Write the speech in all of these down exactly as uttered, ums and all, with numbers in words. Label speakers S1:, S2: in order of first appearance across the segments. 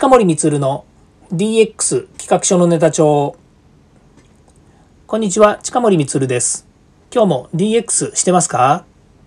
S1: 近森光の ディーエックス 企画書のネタ帳。こんにちは、近森光です。今日も ディーエックス してますか？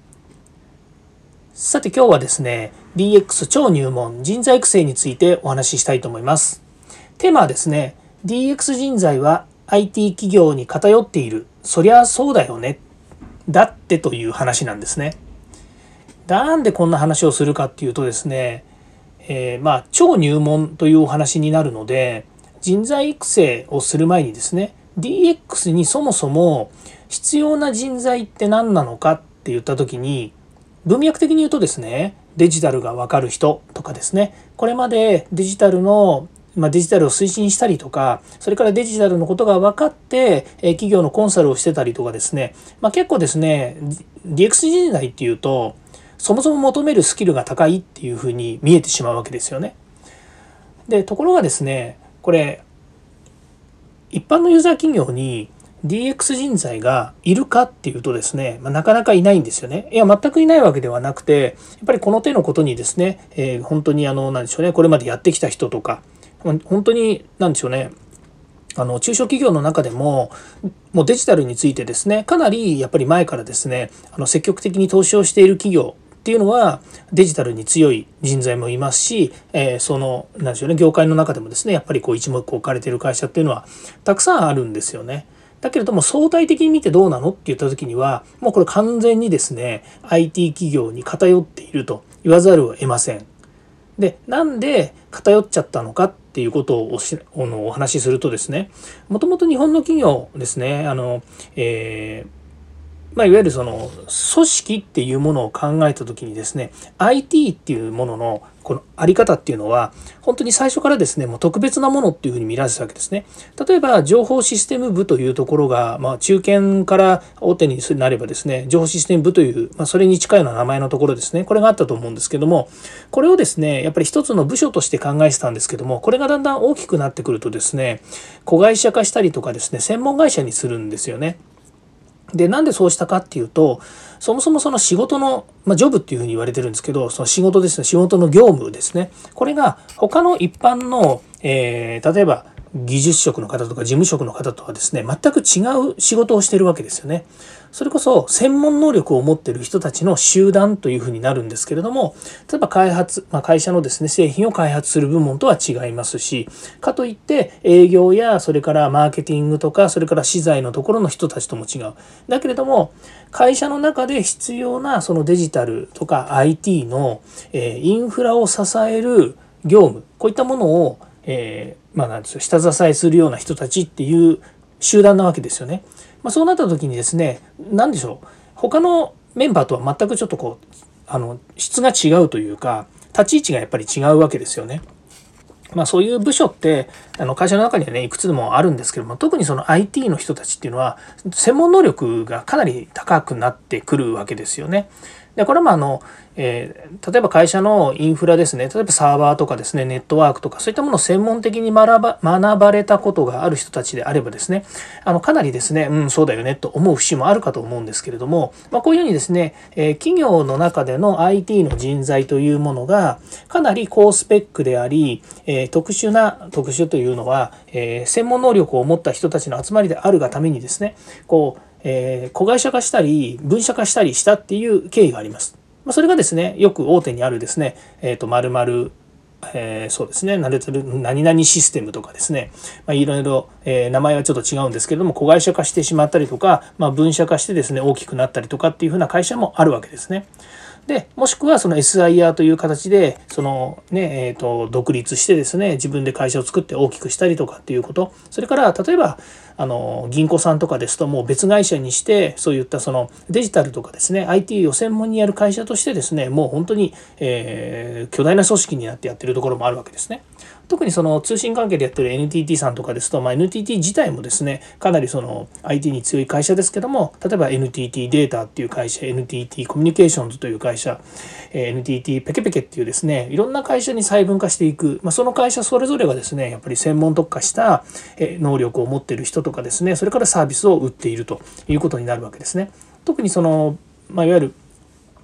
S1: さて今日はですね ディーエックス 超入門人材育成についてお話ししたいと思います。テーマはですね ディーエックス 人材は アイティー 企業に偏っている、そりゃそうだよね、だってという話なんですね。なんでこんな話をするかっていうとですねえー、まあ超入門というお話になるので、人材育成をする前にですね ディーエックス にそもそも必要な人材って何なのかって言った時に、文脈的に言うとですねデジタルが分かる人とかですね、これまでデジタルのまあ、デジタルを推進したりとか、それからデジタルのことが分かって企業のコンサルをしてたりとかですね、まあ、結構ですね ディーエックス 人材っていうとそもそも求めるスキルが高いっていうふうに見えてしまうわけですよね。でところがですねこれ一般のユーザー企業に ディーエックス 人材がいるかっていうとですね、まあ、なかなかいないんですよね。いや全くいないわけではなくて、やっぱりこの手のことにですね、えー、本当にあの何でしょうね、これまでやってきた人とか、本当に何でしょうね、あの中小企業の中でももうデジタルについてですねかなりやっぱり前からですねあの積極的に投資をしている企業っていうのはデジタルに強い人材もいますし、えー、その何でしょうね業界の中でもですねやっぱりこう一目置かれている会社っていうのはたくさんあるんですよね。だけれども相対的に見てどうなのって言った時にはもうこれ完全にですね アイティー 企業に偏っていると言わざるを得ません。でなんで偏っちゃったのかっていうことを お, しお話しするとですね、もともと日本の企業ですね、あの、えーまあ、いわゆるその組織っていうものを考えた時にですね アイティー っていうもののこのあり方っていうのは本当に最初からですねもう特別なものっていうふうに見られてたわけですね。例えば情報システム部というところが、まあ、中堅から大手になればですね情報システム部という、まあ、それに近いような名前のところですね、これがあったと思うんですけども、これをですねやっぱり一つの部署として考えてたんですけども、これがだんだん大きくなってくるとですね子会社化したりとかですね専門会社にするんですよね。でなんでそうしたかっていうと、そもそもその仕事の、まあ、ジョブっていうふうに言われてるんですけど、その仕事ですね、仕事の業務ですね、これが他の一般の、えー、例えば技術職の方とか事務職の方とはですね全く違う仕事をしているわけですよね。それこそ専門能力を持っている人たちの集団というふうになるんですけれども、例えば開発、まあ、会社のですね製品を開発する部門とは違いますし、かといって営業やそれからマーケティングとかそれから資材のところの人たちとも違う。だけれども会社の中で必要なそのデジタルとか アイティー のインフラを支える業務、こういったものをえー、まあなんですよ下支えするような人たちっていう集団なわけですよね。まあ、そうなった時にですね何でしょう、他のメンバーとは全くちょっとこうあの質が違うというか立ち位置がやっぱり違うわけですよね。まあ、そういう部署ってあの会社の中にはねいくつでもあるんですけども、特にその アイティー の人たちっていうのは専門能力がかなり高くなってくるわけですよね。でこれもあの、えー、例えば会社のインフラですね、例えばサーバーとかですねネットワークとかそういったものを専門的に学ば学ばれたことがある人たちであればですね、あのかなりですねうんそうだよねと思う節もあるかと思うんですけれども、まあ、こういうふうにですね、えー、企業の中での アイティー の人材というものがかなり高スペックであり、えー、特殊な特殊というのは、えー、専門能力を持った人たちの集まりであるがためにですねこうえー、子会社化したり分社化したりしたっていう経緯があります。まあ、それがですねよく大手にあるですね、えーと、丸々えー、そうですね何々システムとかですね、まあ、いろいろ、えー、名前はちょっと違うんですけれども子会社化してしまったりとか、まあ、分社化してですね大きくなったりとかっていうふうな会社もあるわけですね。でもしくはその エスアイアール という形でその、ねえー、と独立してですね自分で会社を作って大きくしたりとかっていうこと、それから例えばあの銀行さんとかですともう別会社にしてそういったそのデジタルとかですね アイティー を専門にやる会社としてですねもう本当に、えー、巨大な組織になってやってるところもあるわけですね。特にその通信関係でやってる エヌティーティー さんとかですと、まあ、エヌティーティー 自体もですねかなりその アイティー に強い会社ですけども、例えば エヌティーティー データっていう会社、 エヌティーティー コミュニケーションズという会社、 エヌティーティー ペケペケっていうですねいろんな会社に細分化していく、まあ、その会社それぞれがですねやっぱり専門特化した能力を持っている人とかですね、それからサービスを売っているということになるわけですね。特にその、まあ、いわゆる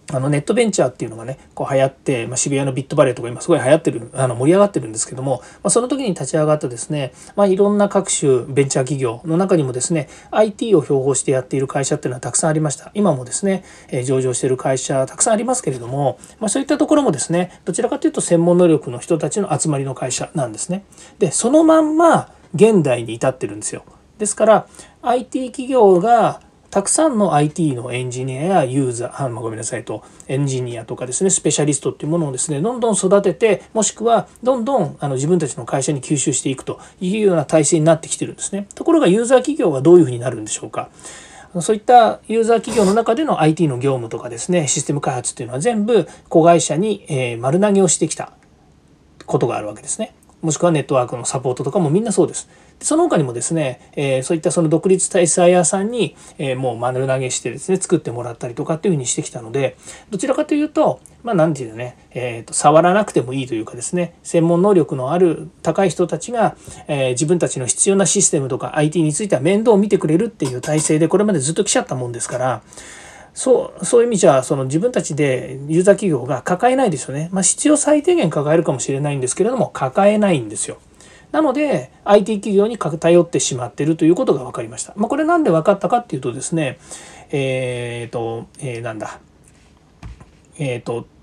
S1: あのネットベンチャーっていうのがねこう流行って、まあ、渋谷のビットバレーとか今すごい流行ってるあの盛り上がってるんですけども、まあ、その時に立ち上がったですね、まあ、いろんな各種ベンチャー企業の中にもですね アイティー を標榜してやっている会社っていうのはたくさんありました。今もですね、えー、上場している会社たくさんありますけれども、まあ、そういったところもですねどちらかというと専門能力の人たちの集まりの会社なんですね。でそのまんま現代に至ってるんですよ。ですから アイティー 企業がたくさんの アイティー のエンジニアやユーザー、あ、まあ、ごめんなさいとエンジニアとかですねスペシャリストっていうものをですねどんどん育てて、もしくはどんどんあの自分たちの会社に吸収していくというような体制になってきてるんですね。ところがユーザー企業はどういうふうになるんでしょうか。そういったユーザー企業の中での アイティー の業務とかですねシステム開発っていうのは全部子会社に丸投げをしてきたことがあるわけですね。もしくはネットワークのサポートとかもみんなそうです。その他にもですね、えー、そういったその独立体制屋さんに、えー、もう丸投げしてですね作ってもらったりとかっていうふうにしてきたので、どちらかというとまあ何て言うね、えーと、触らなくてもいいというかですね、専門能力のある高い人たちが、えー、自分たちの必要なシステムとか アイティー については面倒を見てくれるっていう体制でこれまでずっと来ちゃったもんですから、そうそういう意味じゃその自分たちでユーザー企業が抱えないですよね。まあ、必要最低限抱えるかもしれないんですけれども抱えないんですよ。なので アイティー 企業に偏ってしまっているということが分かりました。まあ、これなんで分かったかっていうとですね、えっ、ー、と、えー、なんだ、えっ、ー、と、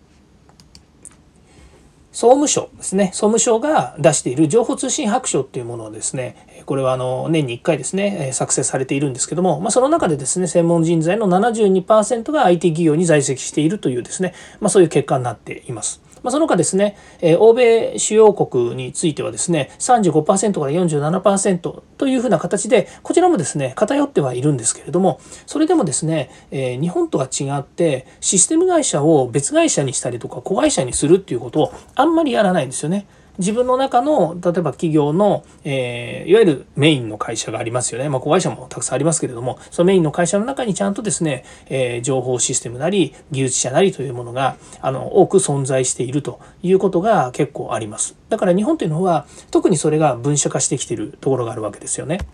S1: 総務省ですね。総務省が出している情報通信白書っていうものをですね、これはあの年にいっかいですね、作成されているんですけども、まあ、その中でですね、専門人材の ななじゅうにパーセント が アイティー 企業に在籍しているというですね、まあ、そういう結果になっています。まあ、その他ですね、欧米主要国についてはですね、さんじゅうごパーセント から よんじゅうななパーセント というふうな形で、こちらもですね、偏ってはいるんですけれども、それでもですね、日本とは違ってシステム会社を別会社にしたりとか子会社にするっていうことをあんまりやらないんですよね。自分の中の例えば企業の、えー、いわゆるメインの会社がありますよね。まあ、子会社もたくさんありますけれども、そのメインの会社の中にちゃんとですね、えー、情報システムなり技術者なりというものがあの多く存在しているということが結構あります。だから日本というのは特にそれが分社化してきているところがあるわけですよね。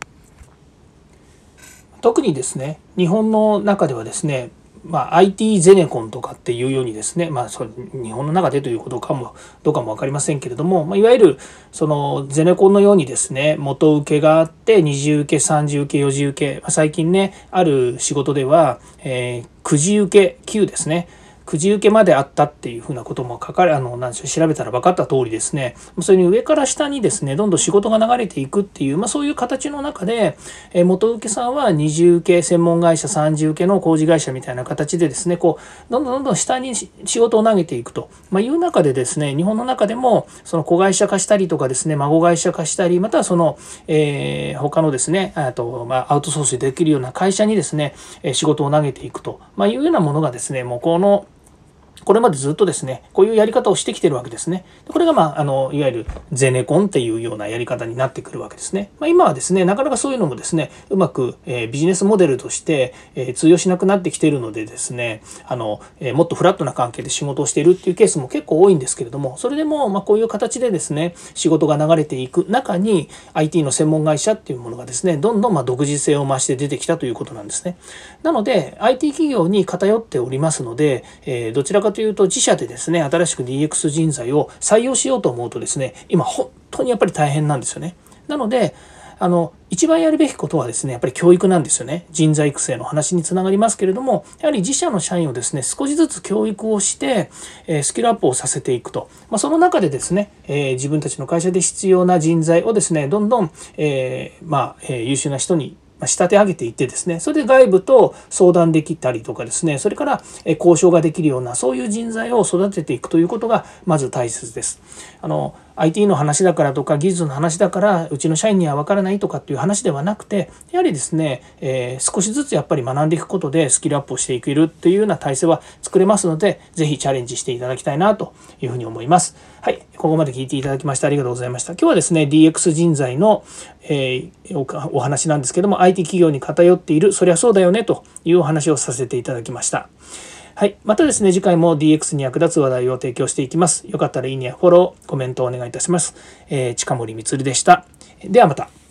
S1: 特にですね、日本の中ではですね、まあ、アイティー ゼネコンとかっていうようにですね、まあ、それ日本の中でということかもどうかも分かりませんけれども、まあ、いわゆるそのゼネコンのようにですね、元請けがあってに次受けさん次受けよ次受け、まあ、最近ねある仕事では、えー、く次受けきゅうですね、く次受けまであったっていうふうなことも書かれあの何でしょう調べたら分かった通りですね、それに上から下にですねどんどん仕事が流れていくっていう、まあ、そういう形の中で、え元請けさんはに次受け専門会社さん次受けの工事会社みたいな形でですねこうどんどんどんどん下に仕事を投げていくと、まあ、いう中でですね日本の中でもその子会社化したりとかですね孫会社化したりまたはその、えー、他のですねあと、まあ、アウトソースできるような会社にですね仕事を投げていくと、まあ、いうようなものがですねもうこのこれまでずっとですねこういうやり方をしてきてるわけですね。これが、まあ、あのいわゆるゼネコンっていうようなやり方になってくるわけですね。まあ、今はですねなかなかそういうのもですねうまく、えー、ビジネスモデルとして、えー、通用しなくなってきているのでですねあの、えー、もっとフラットな関係で仕事をしているっていうケースも結構多いんですけれども、それでも、まあ、こういう形でですね仕事が流れていく中に アイティー の専門会社っていうものがですねどんどんまあ独自性を増して出てきたということなんですね。なので アイティー 企業に偏っておりますので、えー、どちらかというと自社でですね新しく ディーエックス 人材を採用しようと思うとですね今本当にやっぱり大変なんですよね。なのであの一番やるべきことはですねやっぱり教育なんですよね。人材育成の話につながりますけれども、やはり自社の社員をですね少しずつ教育をして、えー、スキルアップをさせていくと、まあ、その中でですね、えー、自分たちの会社で必要な人材をですねどんどん、えー、まあ、えー、優秀な人に仕立て上げていってですね、それで外部と相談できたりとかですね、それから交渉ができるようなそういう人材を育てていくということがまず大切です。あの アイティー の話だからとか技術の話だからうちの社員には分からないとかっていう話ではなくて、やはりですね、えー、少しずつやっぱり学んでいくことでスキルアップをしていけるっていうような体制は作れますので、ぜひチャレンジしていただきたいなというふうに思います。はい、ここまで聞いていただきましてありがとうございました。今日はですね ディーエックス 人材の、えー、お, お話なんですけども、 アイティー 企業に偏っている、そりゃそうだよねというお話をさせていただきました。はい、またですね次回も ディーエックス に役立つ話題を提供していきます。よかったらいいねやフォローコメントをお願いいたします。えー、近森光でした。ではまた。